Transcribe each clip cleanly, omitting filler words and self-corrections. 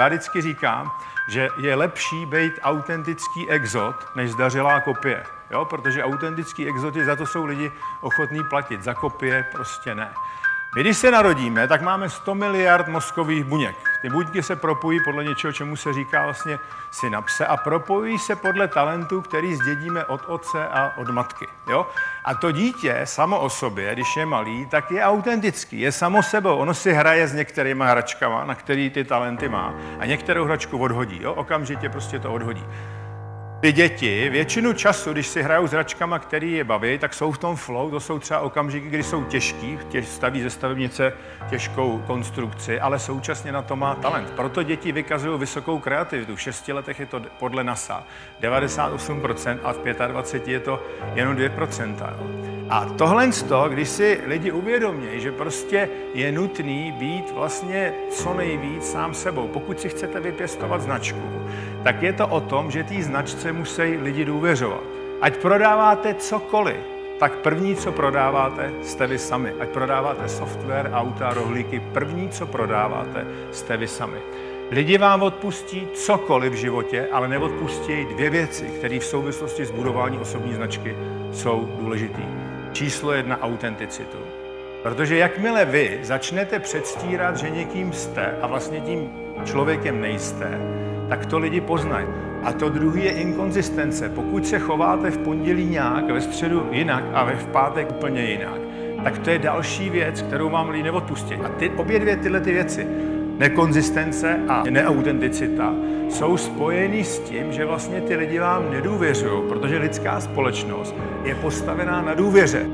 Já vždycky říkám, že je lepší být autentický exot, než zdařilá kopie. Jo? Protože autentický exoty, za to jsou lidi ochotní platit, za kopie prostě ne. My, když se narodíme, tak máme 100 miliard mozkových buněk. Ty buňky se propojí podle něčeho, čemu se říká vlastně synapse a propojí se podle talentu, který zdědíme od otce a od matky. Jo? A to dítě samo o sobě, když je malý, tak je autentický, je samo sebou. Ono si hraje s některýma hračkama, na který ty talenty má a některou hračku odhodí. Jo? Okamžitě prostě to odhodí. Ty děti většinu času, když si hrajou s hračkama, který je baví, tak jsou v tom flow, to jsou třeba okamžiky, kdy jsou těžký, staví ze stavebnice těžkou konstrukci, ale současně na to má talent. Proto děti vykazují vysokou kreativitu. V 6 letech je to podle NASA 98% a v 25 je to jenom 2%. Jo. A tohle, když si lidi uvědomí, že prostě je nutný být vlastně co nejvíc sám sebou. Pokud si chcete vypěstovat značku, tak je to o tom, že té značce musí lidi důvěřovat. Ať prodáváte cokoliv, tak první, co prodáváte, jste vy sami. Ať prodáváte software, auta, rohlíky, první, co prodáváte, jste vy sami. Lidi vám odpustí cokoliv v životě, ale neodpustí 2 věci, které v souvislosti s budováním osobní značky jsou důležitý. Číslo 1, autenticitu. Protože jakmile vy začnete předstírat, že někým jste a vlastně tím člověkem nejste, tak to lidi poznají. A to druhý je inkonzistence. Pokud se chováte v pondělí nějak, ve středu jinak a v pátek úplně jinak, tak to je další věc, kterou vám lidi neodpustí. A obě tyhle věci, nekonzistence a neautenticita, jsou spojený s tím, že vlastně ty lidi vám nedůvěřují, protože lidská společnost je postavená na důvěře.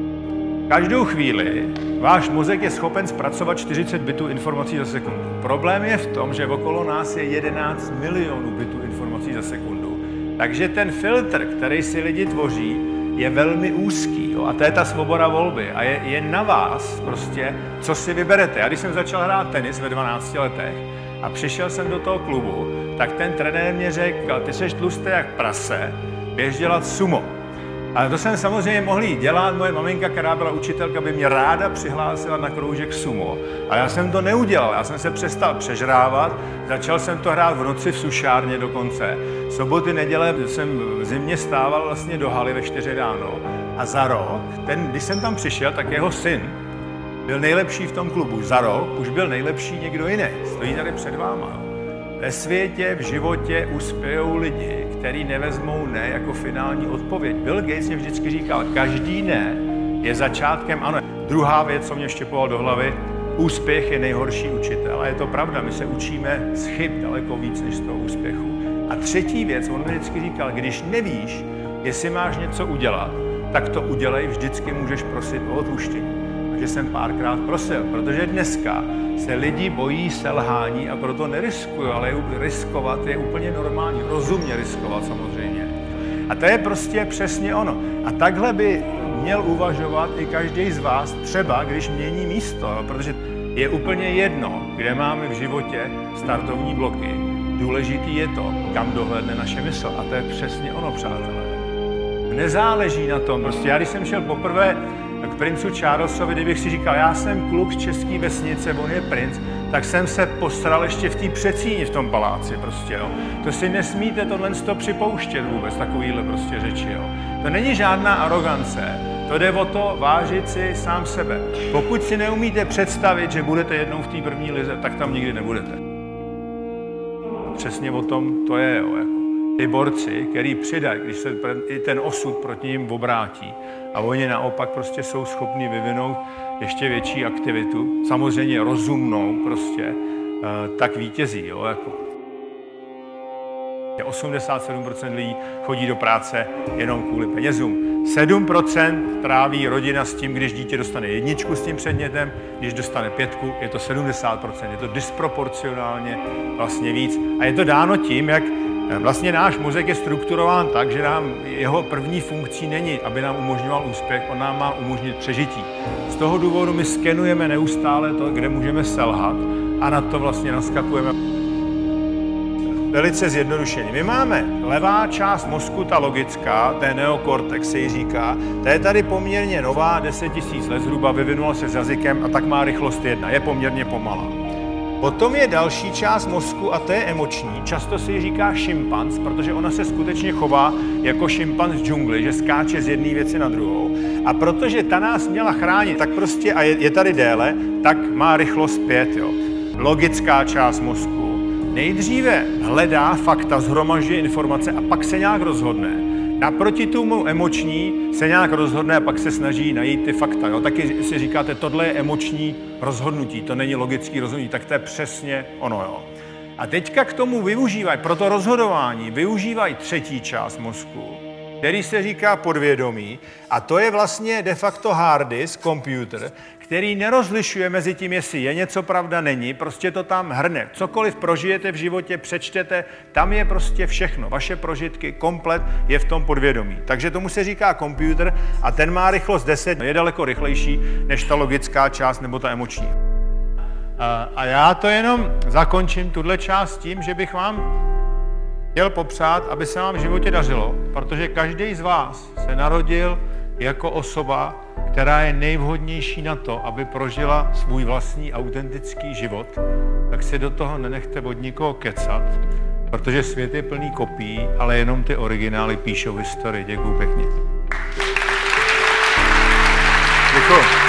Každou chvíli váš mozek je schopen zpracovat 40 bitů informací za sekundu. Problém je v tom, že okolo nás je 11 milionů bitů informací za sekundu. Takže ten filtr, který si lidi tvoří, je velmi úzký. Jo? A to je ta svoboda volby. A je na vás prostě, co si vyberete. Já když jsem začal hrát tenis ve 12 letech a přišel jsem do toho klubu, tak ten trenér mě řekl, ty seš tlustý jak prase, běž dělat sumo. Ale to jsem samozřejmě mohl jít dělat. Moje maminka, která byla učitelka, by mě ráda přihlásila na kroužek sumo. A já jsem to neudělal. Já jsem se přestal přežrávat. Začal jsem to hrát v noci v sušárně dokonce. Soboty, neděle jsem v zimě stával vlastně do haly ve 4 ráno. A za rok, když jsem tam přišel, tak jeho syn byl nejlepší v tom klubu. Za rok už byl nejlepší někdo jiný. Stojí tady před váma. Ve světě, v životě uspějou lidi, kteří nevezmou ne jako finální odpověď. Bill Gates mě vždycky říkal, každý ne je začátkem ano. Druhá věc, co mě štěpoval do hlavy, úspěch je nejhorší učitel. A je to pravda, my se učíme z chyb daleko víc než z toho úspěchu. A třetí věc, on mi vždycky říkal, když nevíš, jestli máš něco udělat, tak to udělej, vždycky můžeš prosit o odpuštění. Takže jsem párkrát prosil, protože dneska se lidi bojí selhání a proto neriskují, ale riskovat je úplně normální, rozumně riskovat samozřejmě. A to je prostě přesně ono. A takhle by měl uvažovat i každý z vás, třeba když mění místo, protože je úplně jedno, kde máme v životě startovní bloky. Důležitý je to, kam dohlédne naše mysl. A to je přesně ono, přátelé. Nezáleží na tom. Prostě já, když jsem šel poprvé k princu Charlesovi, kdybych si říkal, já jsem kluk z české vesnice, on je princ, tak jsem se postral ještě v té předsíni v tom paláci prostě, jo. To si nesmíte tohle připouštět vůbec, takovýhle prostě řeči, jo. To není žádná arogance, to jde o to vážit si sám sebe. Pokud si neumíte představit, že budete jednou v té první lize, tak tam nikdy nebudete. A přesně o tom to je, jo, jako. Ty borci, který přidají, když se i ten osud proti nim obrátí a oni naopak prostě jsou schopni vyvinout ještě větší aktivitu, samozřejmě rozumnou prostě, tak vítězí, jo, jako. 87% lidí chodí do práce jenom kvůli penězům. 7% tráví rodina s tím, když dítě dostane 1 s tím předmětem, když dostane 5, je to 70%. Je to disproporcionálně vlastně víc. A je to dáno tím, jak vlastně náš mozek je strukturován tak, že nám jeho první funkcí není, aby nám umožňoval úspěch, on nám má umožnit přežití. Z toho důvodu my skenujeme neustále to, kde můžeme selhat a na to vlastně naskakujeme. Velice zjednodušeně. My máme levá část mozku, ta logická, to je neokortex, se jí říká, ta je tady poměrně nová, 10 000 let zhruba, vyvinula se s jazykem a tak má rychlost 1, je poměrně pomalá. Potom je další část mozku a to je emoční. Často se jí říká šimpanz, protože ona se skutečně chová jako šimpanz v džungli, že skáče z jedné věci na druhou. A protože ta nás měla chránit, tak prostě, a je tady déle, tak má rychlost 5. Jo. Logická část mozku nejdříve hledá fakta, shromažďuje informace a pak se nějak rozhodne. Naproti tomu emoční se nějak rozhodne a pak se snaží najít ty fakta. Jo? Taky si říkáte, tohle je emoční rozhodnutí, to není logický rozhodnutí, tak to je přesně ono. Jo? A teďka k tomu využívají, pro to rozhodování využívají třetí část mozku, který se říká podvědomí, a to je vlastně de facto hard disk, computer, který nerozlišuje mezi tím, jestli je něco pravda, není, prostě to tam hrne. Cokoliv prožijete v životě, přečtete, tam je prostě všechno. Vaše prožitky, komplet je v tom podvědomí. Takže tomu se říká computer a ten má rychlost 10, je daleko rychlejší než ta logická část nebo ta emoční. A já to jenom zakončím, tuhle část tím, že bych vám chtěl popřát, aby se vám v životě dařilo, protože každý z vás se narodil jako osoba, která je nejvhodnější na to, aby prožila svůj vlastní autentický život, tak si do toho nenechte od nikoho kecat, protože svět je plný kopií, ale jenom ty originály píšou historii. Děkuju pěkně. Děkuju.